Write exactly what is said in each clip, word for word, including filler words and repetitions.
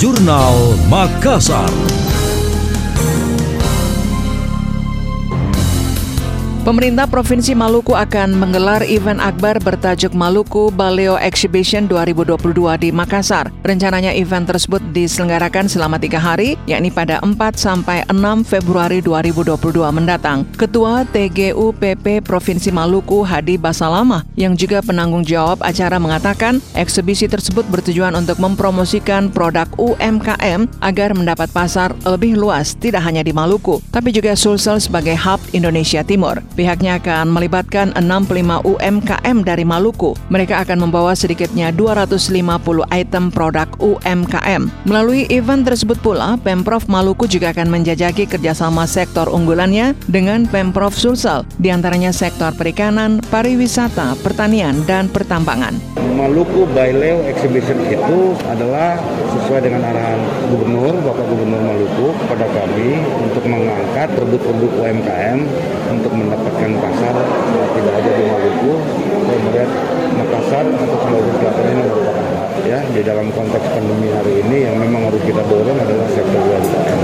Jurnal Makassar. Pemerintah Provinsi Maluku akan menggelar event akbar bertajuk Maluku Baleo Exhibition dua ribu dua puluh dua di Makassar. Rencananya event tersebut diselenggarakan selama tiga hari, yakni pada empat sampai enam Februari dua ribu dua puluh dua mendatang. Ketua T G U P P Provinsi Maluku, Hadi Basalamah, yang juga penanggung jawab acara mengatakan, eksibisi tersebut bertujuan untuk mempromosikan produk U M K M agar mendapat pasar lebih luas, tidak hanya di Maluku, tapi juga Sulsel sebagai hub Indonesia Timur. Pihaknya akan melibatkan enam puluh lima U M K M dari Maluku. Mereka akan membawa sedikitnya dua ratus lima puluh item produk U M K M. Melalui event tersebut pula, Pemprov Maluku juga akan menjajaki kerjasama sektor unggulannya dengan Pemprov Sulsel, diantaranya sektor perikanan, pariwisata, pertanian, dan pertambangan. Maluku Baleo Exhibition itu adalah sesuai dengan arahan Gubernur, Bapak Gubernur Maluku kepada kami untuk mengangkat produk-produk U M K M untuk mendapatkan pasar tidak hanya di Maluku. Saya melihat Makassar atau Sulawesi Selatan ini merupakan hal ya di dalam konteks pandemi hari ini yang memang harus kita dorong adalah sektor U M K M.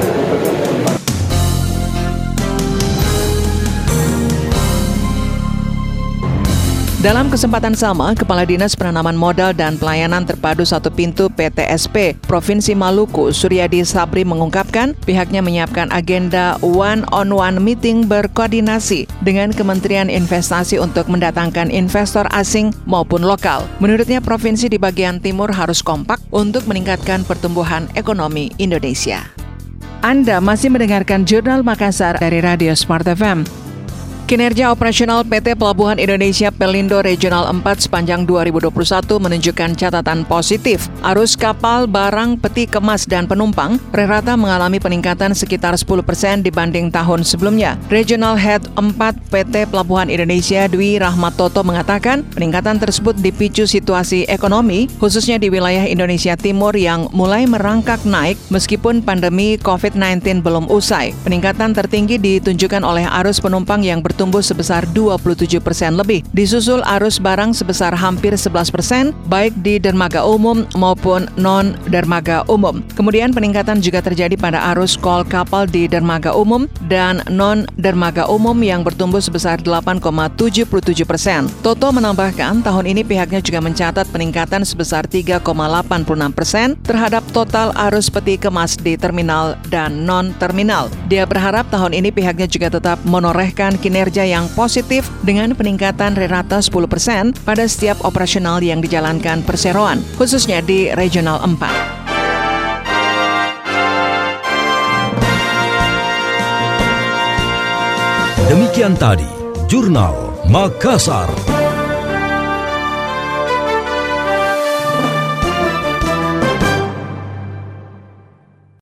Dalam kesempatan sama, Kepala Dinas Penanaman Modal dan Pelayanan Terpadu Satu Pintu P T S P Provinsi Maluku, Suryadi Sabri mengungkapkan pihaknya menyiapkan agenda one-on-one meeting berkoordinasi dengan Kementerian Investasi untuk mendatangkan investor asing maupun lokal. Menurutnya, provinsi di bagian timur harus kompak untuk meningkatkan pertumbuhan ekonomi Indonesia. Anda masih mendengarkan Jurnal Makassar dari Radio Smart F M. Kinerja operasional P T Pelabuhan Indonesia Pelindo Regional empat sepanjang dua ribu dua puluh satu menunjukkan catatan positif. Arus kapal, barang, peti kemas, dan penumpang rata-rata mengalami peningkatan sekitar sepuluh persen dibanding tahun sebelumnya. Regional Head empat P T Pelabuhan Indonesia Dwi Rahmat Toto mengatakan peningkatan tersebut dipicu situasi ekonomi, khususnya di wilayah Indonesia Timur yang mulai merangkak naik meskipun pandemi covid sembilan belas belum usai. Peningkatan tertinggi ditunjukkan oleh arus penumpang yang ber tumbuh sebesar dua puluh tujuh persen lebih. Disusul arus barang sebesar hampir sebelas persen, baik di dermaga umum maupun non-dermaga umum. Kemudian peningkatan juga terjadi pada arus kol kapal di dermaga umum dan non-dermaga umum yang bertumbuh sebesar delapan koma tujuh tujuh persen. Toto menambahkan, tahun ini pihaknya juga mencatat peningkatan sebesar tiga koma delapan enam persen terhadap total arus peti kemas di terminal dan non-terminal. Dia berharap tahun ini pihaknya juga tetap menorehkan kinerja yang positif dengan peningkatan rata sepuluh persen pada setiap operasional yang dijalankan perseroan, khususnya di Regional empat. Demikian tadi, Jurnal Makassar.